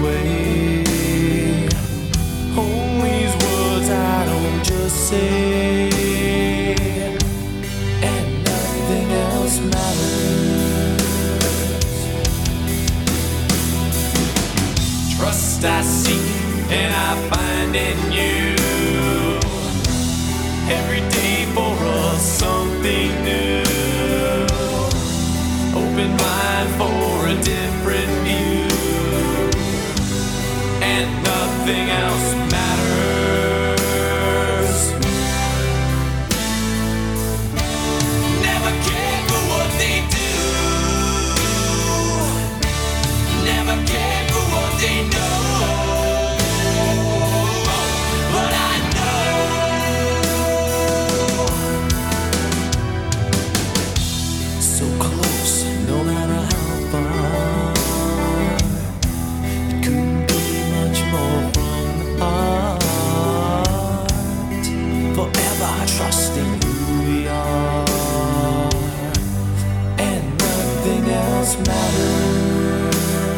away. All these words I don't just say, and nothing else matters. Trust I seek and I find in you. Every day for us something new. Open mind for a different view, and nothing else matters. Never care for what they do. Never care for what they know. But I know so close, no matter how far. It couldn't be much more from the heart. Forever trusting who we are, and nothing else matters.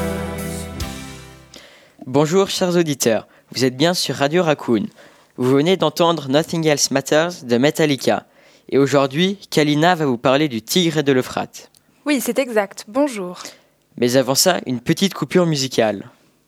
Bonjour chers auditeurs, vous êtes bien sur Radio Raccoon. Vous venez d'entendre Nothing Else Matters de Metallica. Et aujourd'hui, Kalina va vous parler du Tigre et de l'Euphrate. Oui, c'est exact. Bonjour. Mais avant ça, une petite coupure musicale.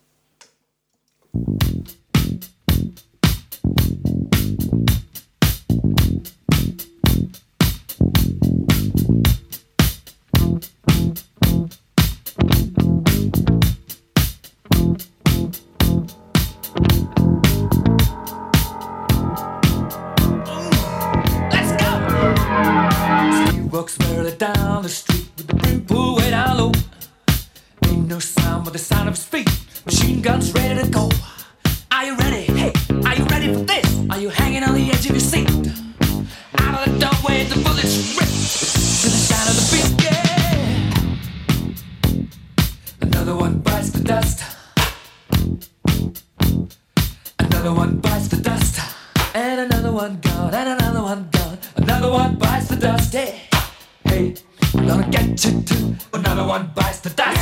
Walks barely down the street with the brim pulled way down low. Ain't no sound but the sound of his feet. Machine guns ready to go. Are you ready? Hey, are you ready for this? Are you hanging on the edge of your seat? Out of the doorway, the bullets rip to the sound of the beat. Yeah. Another one bites the dust. Another one bites the dust. And another one gone. And another one gone. Another one bites the dust. Hey. Hey, I'm gonna get you too. Another one bites the dust.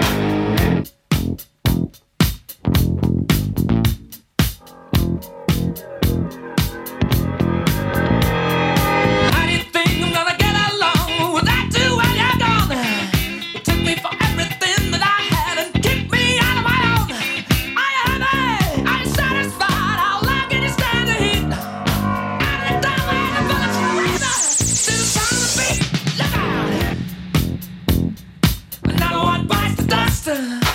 How do you think I'm gonna get along without you when you're gone? You took me for everything that I had and kicked me out of my own. Are you happy? Are you satisfied? How long can you stand the heat? Out of the doorway, the bullets razor to the sound of the beat. Look out! Another one bites the dust.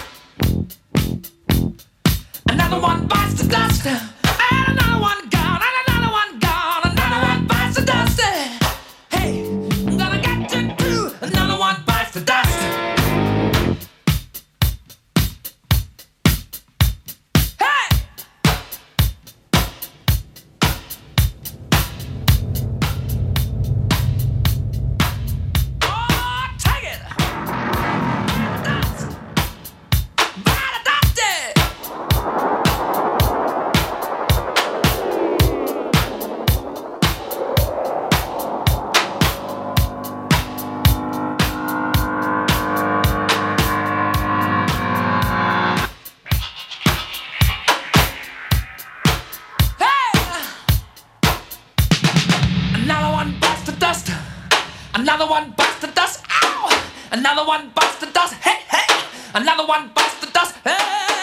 Another one bites the dust. And another one gone. And another one gone. Another one bites the dust. Hey, I'm gonna get you too. Another one bites the dust. Hey! Oh, take it! Dust! By the dusty! Hey! Another one bites the dust. Another one bites the dust. Ow! Another one bites the dust. Hey, hey! Another one bites the dust. Hey!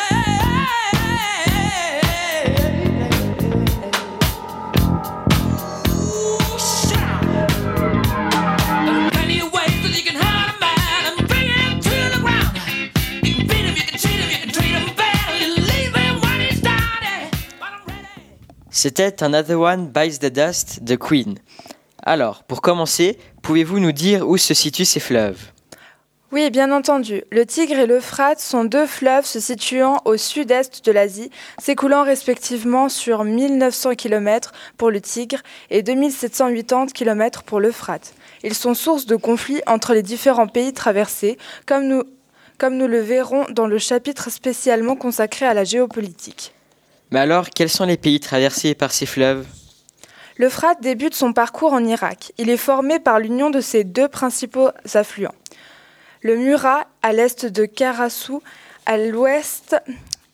Ooh, shout! There are plenty of ways that you can hurt a man and bring him to the ground. You can beat him, you can cheat him, you can treat him bad, and you leave him when he's down. But I'm ready. C'était Another One Bites the Dust de Queen. Alors, pour commencer, pouvez-vous nous dire où se situent ces fleuves ? Oui, bien entendu. Le Tigre et l'Euphrate sont deux fleuves se situant au sud-est de l'Asie, s'écoulant respectivement sur 1900 km pour le Tigre et 2780 km pour l'Euphrate. Ils sont source de conflits entre les différents pays traversés, comme nous le verrons dans le chapitre spécialement consacré à la géopolitique. Mais alors, quels sont les pays traversés par ces fleuves ? L'Euphrate débute son parcours en Irak. Il est formé par l'union de ses deux principaux affluents. Le Murat, à l'est de Karasu, à l'ouest,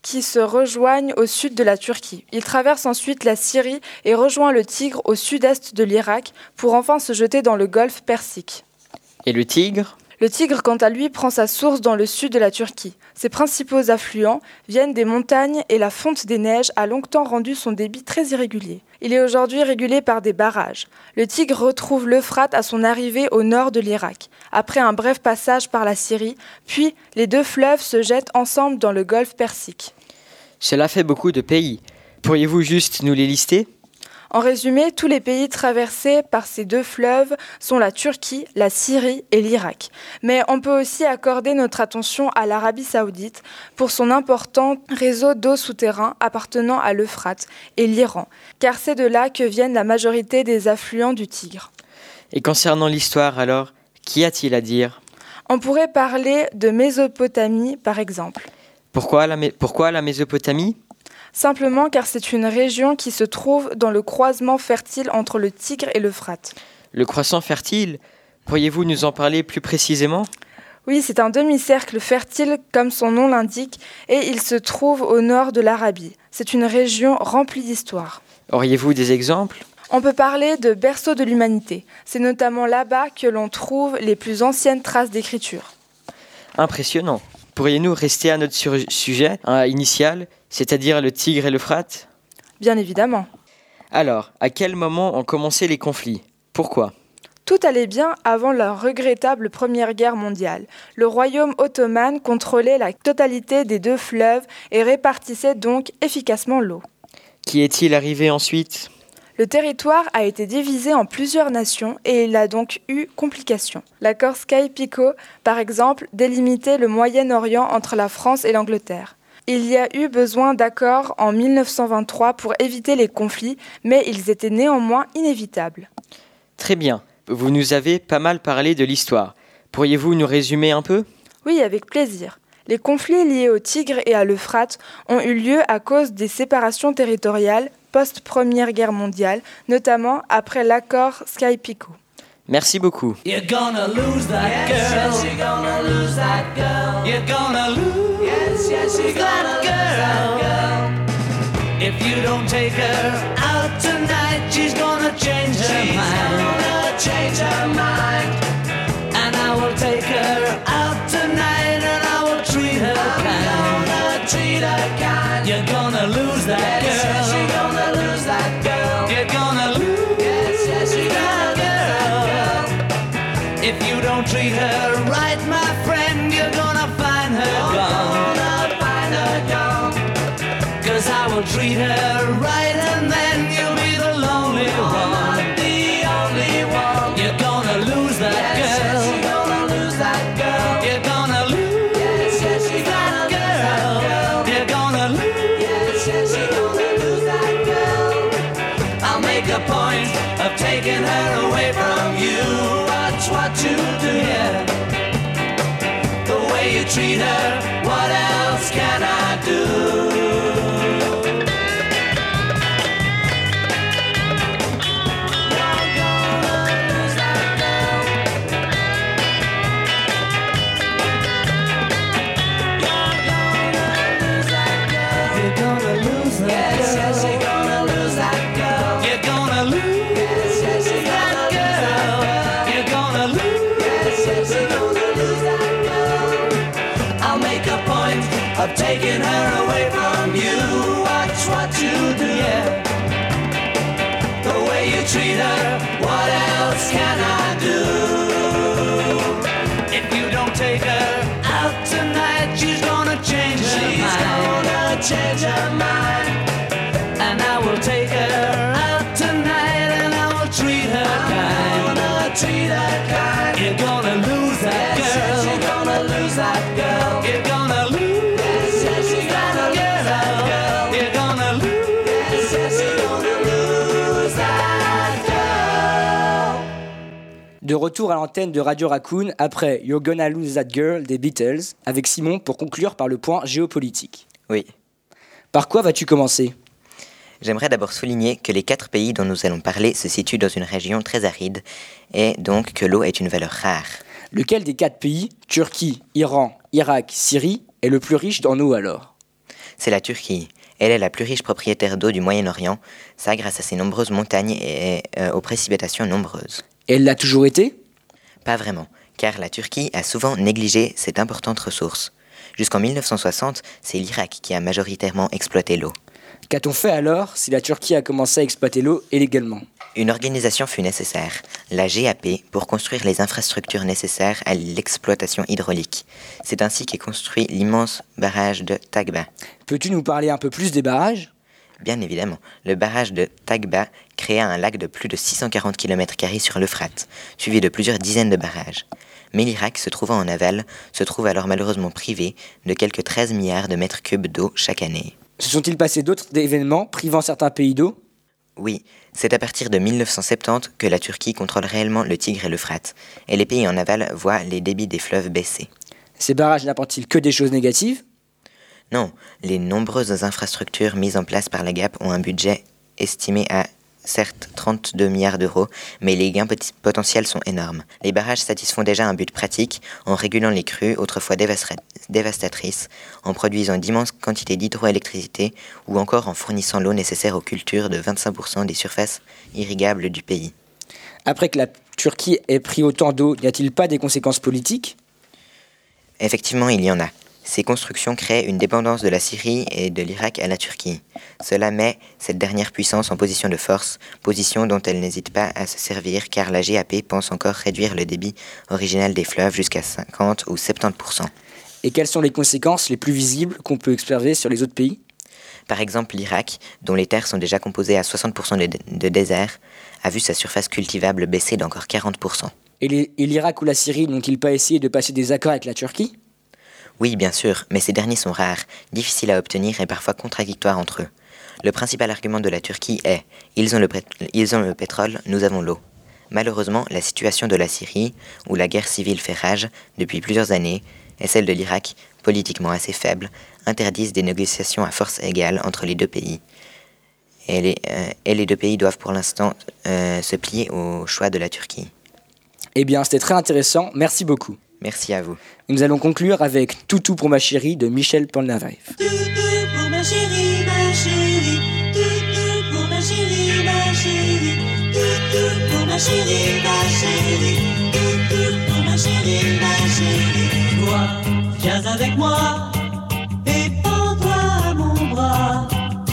qui se rejoignent au sud de la Turquie. Il traverse ensuite la Syrie et rejoint le Tigre au sud-est de l'Irak pour enfin se jeter dans le golfe Persique. Et le Tigre ? Le Tigre, quant à lui, prend sa source dans le sud de la Turquie. Ses principaux affluents viennent des montagnes et la fonte des neiges a longtemps rendu son débit très irrégulier. Il est aujourd'hui régulé par des barrages. Le Tigre retrouve l'Euphrate à son arrivée au nord de l'Irak, après un bref passage par la Syrie, puis les deux fleuves se jettent ensemble dans le golfe Persique. Cela fait beaucoup de pays. Pourriez-vous juste nous les lister ? En résumé, tous les pays traversés par ces deux fleuves sont la Turquie, la Syrie et l'Irak. Mais on peut aussi accorder notre attention à l'Arabie saoudite pour son important réseau d'eau souterrain appartenant à l'Euphrate et l'Iran, car c'est de là que viennent la majorité des affluents du Tigre. Et concernant l'histoire alors, qu'y a-t-il à dire ? On pourrait parler de Mésopotamie par exemple. Pourquoi la Mésopotamie ? Simplement car c'est une région qui se trouve dans le croisement fertile entre le Tigre et l'Euphrate. Le croissant fertile ? Pourriez-vous nous en parler plus précisément ? Oui, c'est un demi-cercle fertile comme son nom l'indique et il se trouve au nord de l'Arabie. C'est une région remplie d'histoire. Auriez-vous des exemples ? On peut parler de berceau de l'humanité. C'est notamment là-bas que l'on trouve les plus anciennes traces d'écriture. Impressionnant. Pourriez-nous rester à notre sujet initial, c'est-à-dire le Tigre et l'Euphrate ? Bien évidemment. Alors, à quel moment ont commencé les conflits ? Pourquoi ? Tout allait bien avant la regrettable Première Guerre mondiale. Le royaume ottoman contrôlait la totalité des deux fleuves et répartissait donc efficacement l'eau. Qu'y est-il arrivé ensuite ? Le territoire a été divisé en plusieurs nations et il a donc eu complications. L'accord Sykes-Picot, par exemple, délimitait le Moyen-Orient entre la France et l'Angleterre. Il y a eu besoin d'accords en 1923 pour éviter les conflits, mais ils étaient néanmoins inévitables. Très bien. Vous nous avez pas mal parlé de l'histoire. Pourriez-vous nous résumer un peu ? Oui, avec plaisir. Les conflits liés au Tigre et à l'Euphrate ont eu lieu à cause des séparations territoriales post-Première Guerre mondiale, notamment après l'accord Sykes-Picot. Merci beaucoup. You're gonna lose that girl. Yes, you're gonna lose that girl. You're gonna lose. Yes, you're gonna lose that girl. If you don't take her out tonight, she's gonna change her mind. Gonna change her mind. And I will take her out tonight, and I will treat her kind. Gonna treat her kind. You're gonna lose that girl. Yes, you're gonna lose that girl. You're gonna lose. Yes, you're gonna lose that girl. If you don't treat her right, my friend, you're gonna find her gone. Gonna find her gone. 'Cause I will treat her right, and then you'll be the lonely one. The only one. You're gonna lose that girl. Yes, you're gonna lose that girl. You're gonna lose. Yes, you're gonna lose that girl. You're gonna lose. Yes, you're gonna lose that girl. I'll make a point of taking her away from you. Watch what you do, yeah. The way you treat her, what else can I do? Of taking her away from you. Watch what you do, yeah. The way you treat her, what else can I do? If you don't take her out tonight, she's gonna change her mind. She's gonna change her mind. And I will take her out tonight, and I will treat her kind. I'm gonna treat her kind. You're gonna lose that girl. Yes, you're gonna lose that girl. You're gonna lose. De retour à l'antenne de Radio Raccoon après You're Gonna Lose That Girl des Beatles, avec Simon pour conclure par le point géopolitique. Oui. Par quoi vas-tu commencer ? J'aimerais d'abord souligner que les 4 pays dont nous allons parler se situent dans une région très aride et donc que l'eau est une valeur rare. Lequel des 4 pays, Turquie, Iran, Irak, Syrie, est le plus riche en eau alors ? C'est la Turquie. Elle est la plus riche propriétaire d'eau du Moyen-Orient, ça grâce à ses nombreuses montagnes et aux précipitations nombreuses. Elle l'a toujours été ? Pas vraiment, car la Turquie a souvent négligé cette importante ressource. Jusqu'en 1960, c'est l'Irak qui a majoritairement exploité l'eau. Qu'a-t-on fait alors si la Turquie a commencé à exploiter l'eau illégalement ? Une organisation fut nécessaire, la GAP, pour construire les infrastructures nécessaires à l'exploitation hydraulique. C'est ainsi qu'est construit l'immense barrage de Tagba. Peux-tu nous parler un peu plus des barrages ? Bien évidemment, le barrage de Tagba créa un lac de plus de 640 km² sur l'Euphrate, suivi de plusieurs dizaines de barrages. Mais l'Irak, se trouvant en aval, se trouve alors malheureusement privé de quelques 13 milliards de mètres cubes d'eau chaque année. Se sont-ils passés d'autres événements privant certains pays d'eau ? Oui, c'est à partir de 1970 que la Turquie contrôle réellement le Tigre et l'Euphrate, et les pays en aval voient les débits des fleuves baisser. Ces barrages n'apportent-ils que des choses négatives ? Non, les nombreuses infrastructures mises en place par la GAP ont un budget estimé à, certes, 32 milliards d'euros, mais les gains potentiels sont énormes. Les barrages satisfont déjà un but pratique en régulant les crues autrefois dévastatrices, en produisant d'immenses quantités d'hydroélectricité ou encore en fournissant l'eau nécessaire aux cultures de 25% des surfaces irrigables du pays. Après que la Turquie ait pris autant d'eau, n'y a-t-il pas des conséquences politiques ? Effectivement, il y en a. Ces constructions créent une dépendance de la Syrie et de l'Irak à la Turquie. Cela met cette dernière puissance en position de force, position dont elle n'hésite pas à se servir car la GAP pense encore réduire le débit original des fleuves jusqu'à 50 ou 70%. Et quelles sont les conséquences les plus visibles qu'on peut observer sur les autres pays ? Par exemple, l'Irak, dont les terres sont déjà composées à 60% de désert, a vu sa surface cultivable baisser d'encore 40%. Et l'Irak ou la Syrie n'ont-ils pas essayé de passer des accords avec la Turquie ? Oui, bien sûr, mais ces derniers sont rares, difficiles à obtenir et parfois contradictoires entre eux. Le principal argument de la Turquie est « ils ont le pétrole, nous avons l'eau ». Malheureusement, la situation de la Syrie, où la guerre civile fait rage depuis plusieurs années, et celle de l'Irak, politiquement assez faible, interdisent des négociations à force égale entre les deux pays. Et les deux pays doivent pour l'instant se plier au choix de la Turquie. Eh bien, c'était très intéressant, merci beaucoup. Merci à vous. Nous allons conclure avec Toutou pour ma chérie de Michel Polnareff. Toutou pour ma chérie, toutou pour ma chérie, toutou pour ma chérie, toutou pour ma chérie, Toi, viens avec moi et prends-toi à mon bras.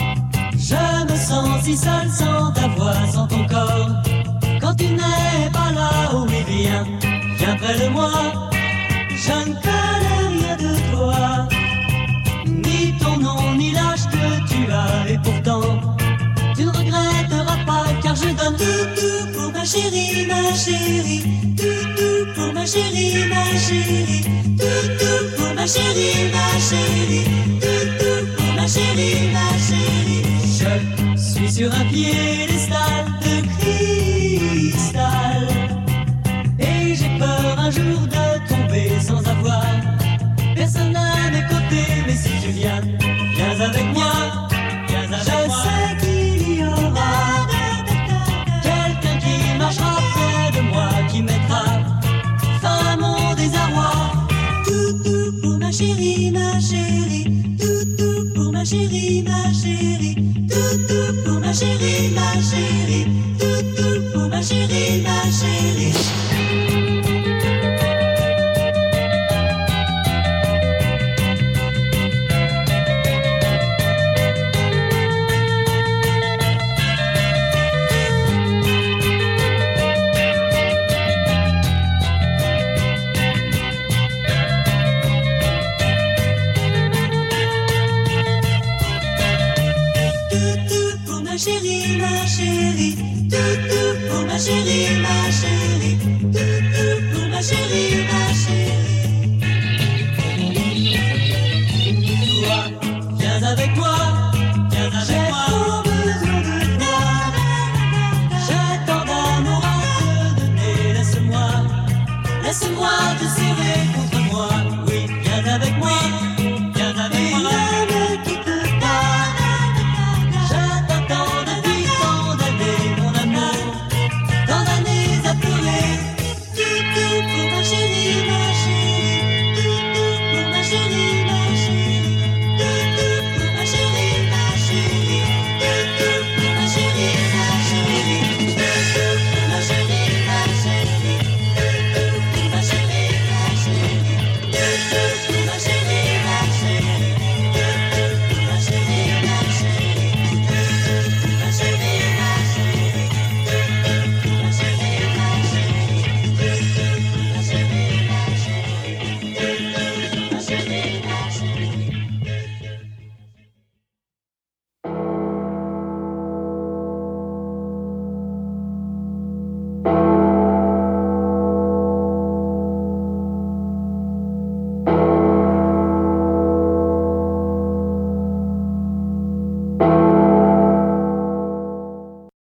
Je me sens si seul sans ta voix, sans ton corps. Quand tu n'es pas là, oh oui, viens près de moi. Je ne connais rien de toi, ni ton nom, ni l'âge que tu as. Et pourtant, tu ne regretteras pas, car je donne tout pour ma chérie, tout pour ma chérie, tout pour ma chérie, tout pour ma chérie, Je suis sur un piédestal de cristal, et j'ai peur un jour de tomber sans avoir personne à mes côtés. Mais si tu viens avec moi, je sais qu'il y aura quelqu'un qui marchera près de moi, qui mettra fin à mon désarroi. Toutou pour ma chérie, toutou pour ma chérie, toutou pour ma chérie, toutou pour ma chérie, toutou pour ma chérie, toutou pour ma chérie, Toi, viens avec moi.